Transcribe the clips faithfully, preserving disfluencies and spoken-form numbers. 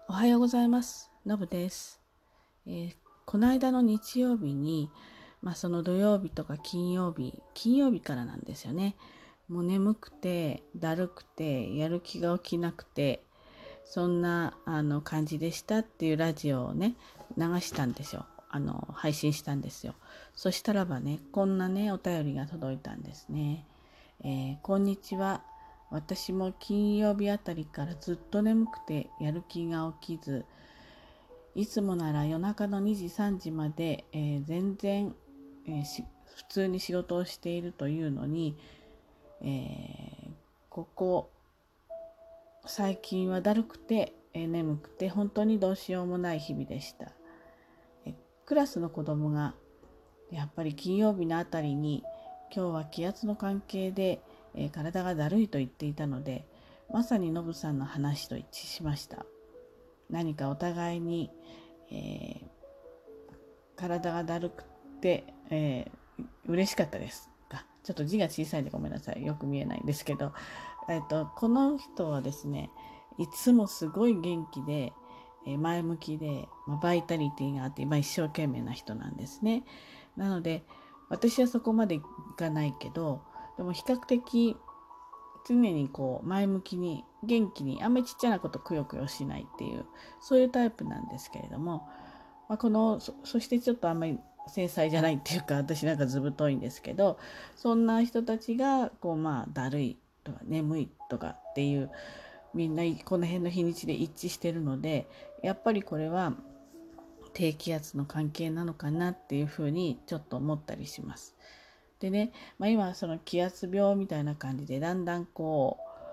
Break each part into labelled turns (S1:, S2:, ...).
S1: おはようございます。のぶです。えーこの間の日曜日に、まあ、その土曜日とか金曜日、金曜日からなんですよね。もう眠くて、だるくて、やる気が起きなくて、そんなあの感じでしたっていうラジオをね、流したんですよ。あの、配信したんですよ。そしたらばね、こんなね、お便りが届いたんですね。えーこんにちは。私も金曜日あたりからずっと眠くてやる気が起きず、いつもなら夜中のにじさんじまで、えー全然、えーし普通に仕事をしているというのに、えーここ最近はだるくて、えー眠くて本当にどうしようもない日々でした。えクラスの子供がやっぱり金曜日のあたりに今日は気圧の関係で、えー体がだるいと言っていたので、まさにノブさんの話と一致しました。何かお互いに、えー体がだるくて、えー、嬉しかったです。ちょっと字が小さいんでごめんなさい。よく見えないんですけど、えっと、この人はですね、いつもすごい元気で、え前向きで、まあ、バイタリティがあって、まあ、一生懸命な人なんですね。なので、私はそこまでいかないけど、でも比較的常にこう前向きに元気にあんまりちっちゃなことくよくよしないっていうそういうタイプなんですけれども、まあ、この そ, そしてちょっとあんまり繊細じゃないっていうか私なんかずぶといんですけど、そんな人たちがこうまあだるいとか眠いとかっていうみんなこの辺の日にちで一致してるので、やっぱりこれは低気圧の関係なのかなっていうふうにちょっと思ったりします。でね、まあ、今その気圧病みたいな感じでだんだんこ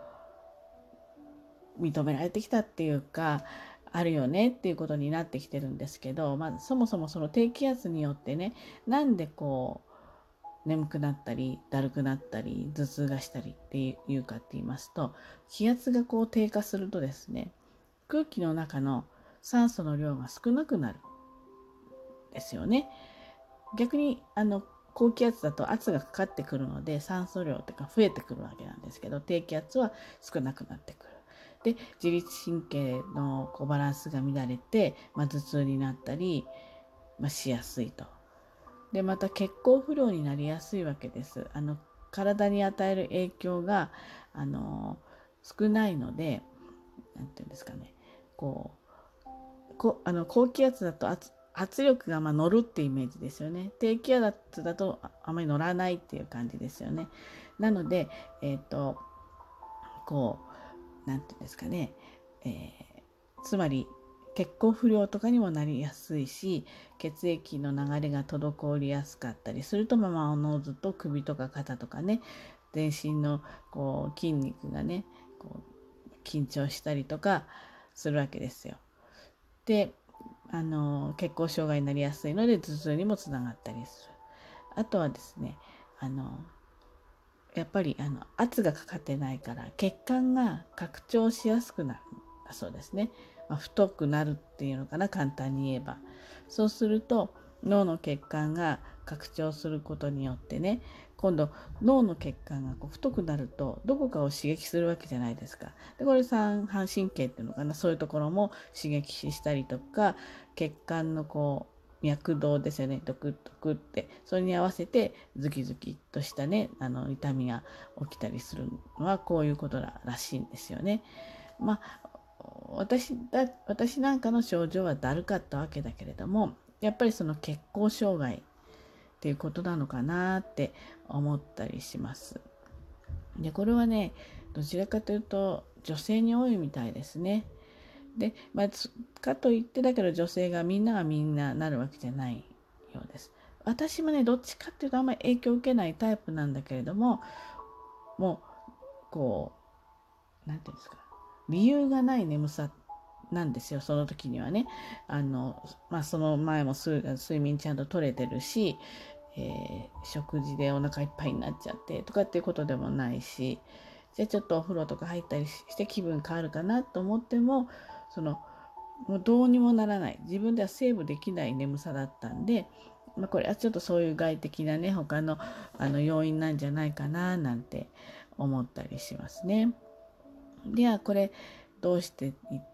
S1: う認められてきたっていうか、あるよねっていうことになってきてるんですけど、まあ、そもそもその低気圧によってね、なんでこう眠くなったりだるくなったり頭痛がしたりっていうかって言いますと、気圧がこう低下するとですね、空気の中の酸素の量が少なくなるんですよね。逆にあの高気圧だと圧がかかってくるので酸素量とか増えてくるわけなんですけど、低気圧は少なくなってくる。で、自律神経のこうバランスが乱れて、まあ、頭痛になったり、まあ、しやすいと。でまた血行不良になりやすいわけです。あの体に与える影響があの少ないので、なんていうんですかね、こうこあの高気圧だと圧圧力がまあ乗るってイメージですよね。低気圧だとあまり乗らないっていう感じですよね。なので、えっ、ー、とこうなんていうんですかね、えー、つまり血行不良とかにもなりやすいし、血液の流れが滞りやすかったりすると、ままおのずと首とか肩とかね、全身のこう筋肉がねこう緊張したりとかするわけですよ。で、あの血行障害になりやすいので頭痛にもつながったりする。あとはですね、あのやっぱりあの圧がかかってないから血管が拡張しやすくなるそうですね。まあ、太くなるっていうのかな、簡単に言えば。そうすると脳の血管が拡張することによってね、今度脳の血管がこう太くなるとどこかを刺激するわけじゃないですか。でこれ三半神経っていうのかな、そういうところも刺激したりとか、血管のこう脈動ですよね、ドクドクって、それに合わせてズキズキとしたねあの痛みが起きたりするのはこういうことらしいんですよね。まあ私だ私なんかの症状はだるかったわけだけれども、やっぱりその血行障害っていうことなのかなって思ったりします。でこれはね、どちらかというと女性に多いみたいですね。で、まあ、かといってだけど女性がみんながみんななるわけじゃないようです。私もね、どっちかっていうとあんまり影響を受けないタイプなんだけれども、もうこうなんていうんですか、理由がない眠さなんですよ、その時にはね。あの、まあ、その前も睡眠ちゃんと取れてるし、えー、食事でお腹いっぱいになっちゃってとかっていうことでもないし、じゃあちょっとお風呂とか入ったりして気分変わるかなと思っても、そのもうどうにもならない、自分ではセーブできない眠さだったんで、まあ、これはちょっとそういう外的なね他のあの要因なんじゃないかななんて思ったりしますね。ではこれどうして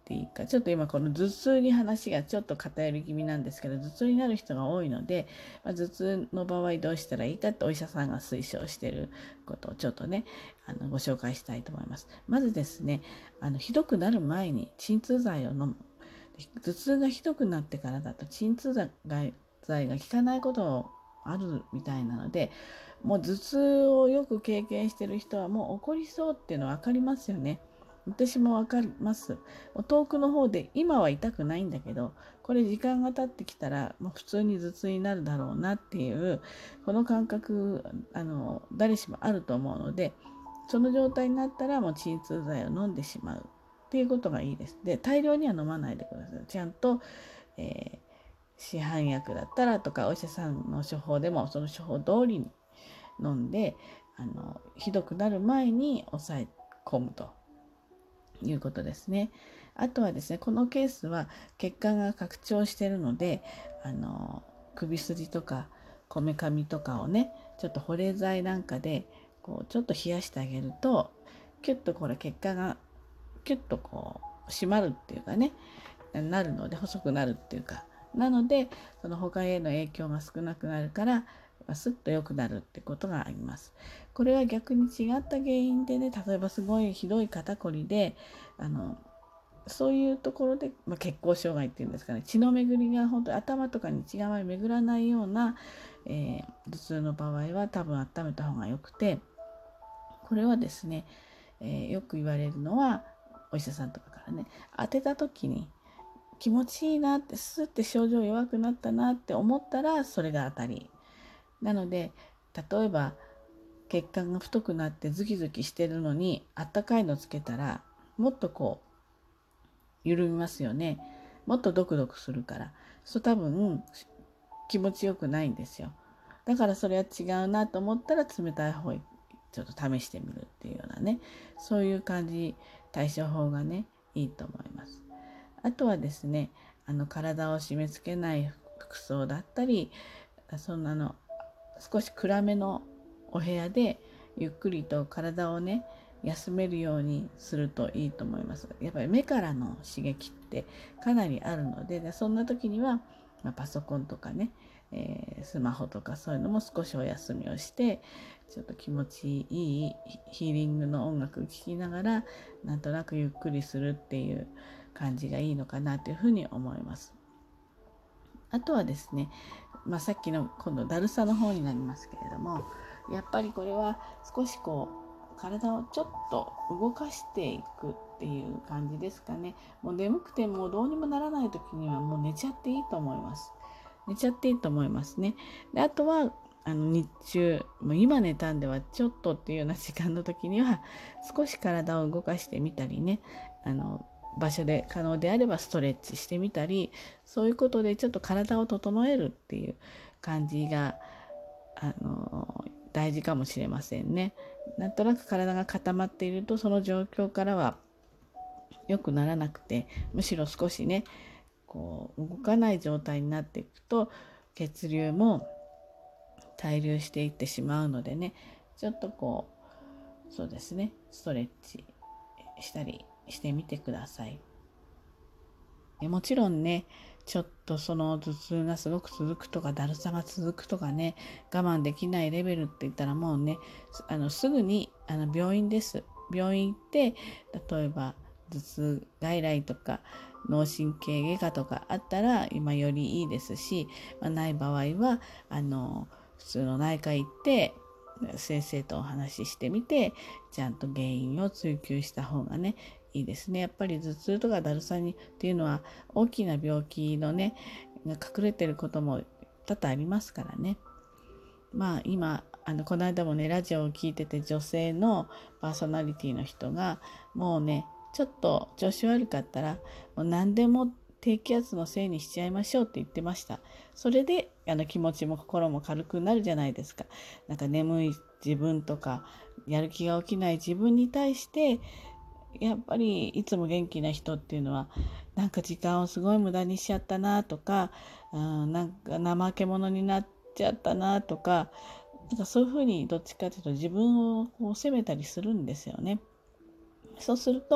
S1: ていいか、ちょっと今この頭痛に話がちょっと偏り気味なんですけど、頭痛になる人が多いので、まあ、頭痛の場合どうしたらいいかってお医者さんが推奨していることをちょっとねあのご紹介したいと思います。まずですね、あのひどくなる前に鎮痛剤を飲む。頭痛がひどくなってからだと鎮痛剤が効かないことあるみたいなので、もう頭痛をよく経験してる人はもう起こりそうっていうの分かりますよね。私も分かります。遠くの方で今は痛くないんだけど、これ時間が経ってきたらもう普通に頭痛になるだろうなっていうこの感覚、あの誰しもあると思うので、その状態になったらもう鎮痛剤を飲んでしまうっていうことがいいです。で、大量には飲まないでください。ちゃんと、えー、市販薬だったらとかお医者さんの処方でもその処方通りに飲んで、あのひどくなる前に抑え込むということですね。あとはですね、このケースは血管が拡張しているので、あの首筋とかこめかみとかをね、ちょっと保冷剤なんかでこうちょっと冷やしてあげると、キュッとこれ血管がキュッとこう締まるっていうかね、なるので、細くなるっていうか、なのでその他への影響が少なくなるからスッと良くなるってことがあります。これは逆に違った原因でね、例えばすごいひどい肩こりで、あのそういうところで、まあ、血行障害っていうんですかね、血の巡りが本当に頭とかに血があまり巡らないような、えー、頭痛の場合は多分温めた方がよくて、これはですね、えー、よく言われるのはお医者さんとかからね、当てた時に気持ちいいなって、スッて症状弱くなったなって思ったらそれが当たりなので、例えば血管が太くなってズキズキしてるのにあったかいのつけたらもっとこう緩みますよね。もっとドクドクするから、そう多分気持ちよくないんですよ。だからそれは違うなと思ったら冷たい方へちょっと試してみるっていうようなね、そういう感じ、対処法がねいいと思います。あとはですね、あの体を締め付けない服装だったり、そんなの少し暗めのお部屋でゆっくりと体をね休めるようにするといいと思います。やっぱり目からの刺激ってかなりあるので、そんな時には、まあ、パソコンとかね、えー、スマホとかそういうのも少しお休みをして、ちょっと気持ちいいヒーリングの音楽を聴きながらなんとなくゆっくりするっていう感じがいいのかなというふうに思います。あとはですね、まあ、さっきの今度だるさの方になりますけれども、やっぱりこれは少しこう体をちょっと動かしていくっていう感じですかね。もう眠くてもうどうにもならない時にはもう寝ちゃっていいと思います。寝ちゃっていいと思いますね。で、あとはあの日中、もう今寝たんではちょっとっていうような時間の時には少し体を動かしてみたりね、あの場所で可能であればストレッチしてみたり、そういうことでちょっと体を整えるっていう感じがあの大事かもしれませんね。なんとなく体が固まっているとその状況からは良くならなくて、むしろ少しねこう動かない状態になっていくと血流も滞留していってしまうのでね、ちょっとこうそうですね、ストレッチしたりしてみてください。もちろんね、ちょっとその頭痛がすごく続くとかだるさが続くとかね、我慢できないレベルって言ったらもうね、あのすぐにあの病院です。病院行って例えば頭痛外来とか脳神経外科とかあったら今よりいいですし、まあ、ない場合はあの普通の内科行って先生とお話ししてみて、ちゃんと原因を追求した方がねいいですね。やっぱり頭痛とかだるさにっていうのは大きな病気のねが隠れてることも多々ありますからね。まあ今あのこの間もねラジオを聞いてて、女性のパーソナリティの人がもうねちょっと調子悪かったらもう何でも低気圧のせいにしちゃいましょうって言ってました。それであの気持ちも心も軽くなるじゃないですか。なんか眠い自分とかやる気が起きない自分に対してやっぱりいつも元気な人っていうのはなんか時間をすごい無駄にしちゃったなとか、うん、なんか怠け者になっちゃったなとか、なんかそういうふうにどっちかというと自分をこう責めたりするんですよね。そうすると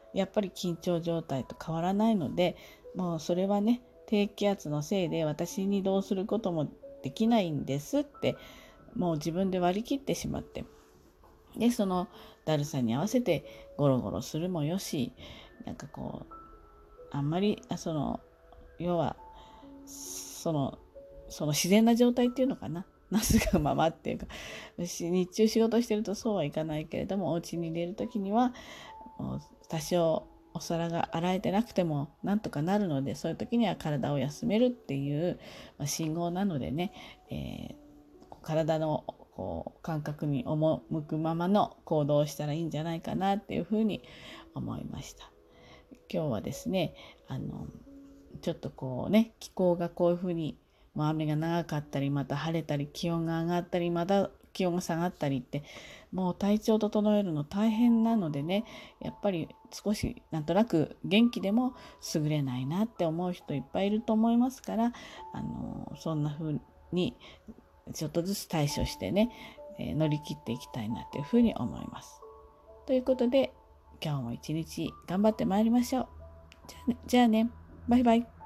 S1: やっぱり緊張状態と変わらないので、もうそれはね、低気圧のせいで私にどうすることもできないんですって、もう自分で割り切ってしまって、でそのだるさに合わせてゴロゴロするもよし、なんかこうあんまりその要はそのその自然な状態っていうのかな、なすがままっていうか、日中仕事してるとそうはいかないけれども、お家に入れる時にはもう多少お皿が洗えてなくてもなんとかなるので、そういう時には体を休めるっていう、まあ、信号なのでね、えー、体のこう感覚に赴くままの行動をしたらいいんじゃないかなっていうふうに思いました。今日はですね、あのちょっとこうね、気候がこういうふうに、もう雨が長かったり、また晴れたり、気温が上がったり、また気温が下がったりって、もう体調を整えるの大変なのでね、やっぱり少しなんとなく元気でも優れないなって思う人いっぱいいると思いますから、あのそんな風にちょっとずつ対処してね、えー乗り切っていきたいなというふうに思います。ということで、今日も一日頑張ってまいりましょう。じゃあね、じゃあねバイバイ。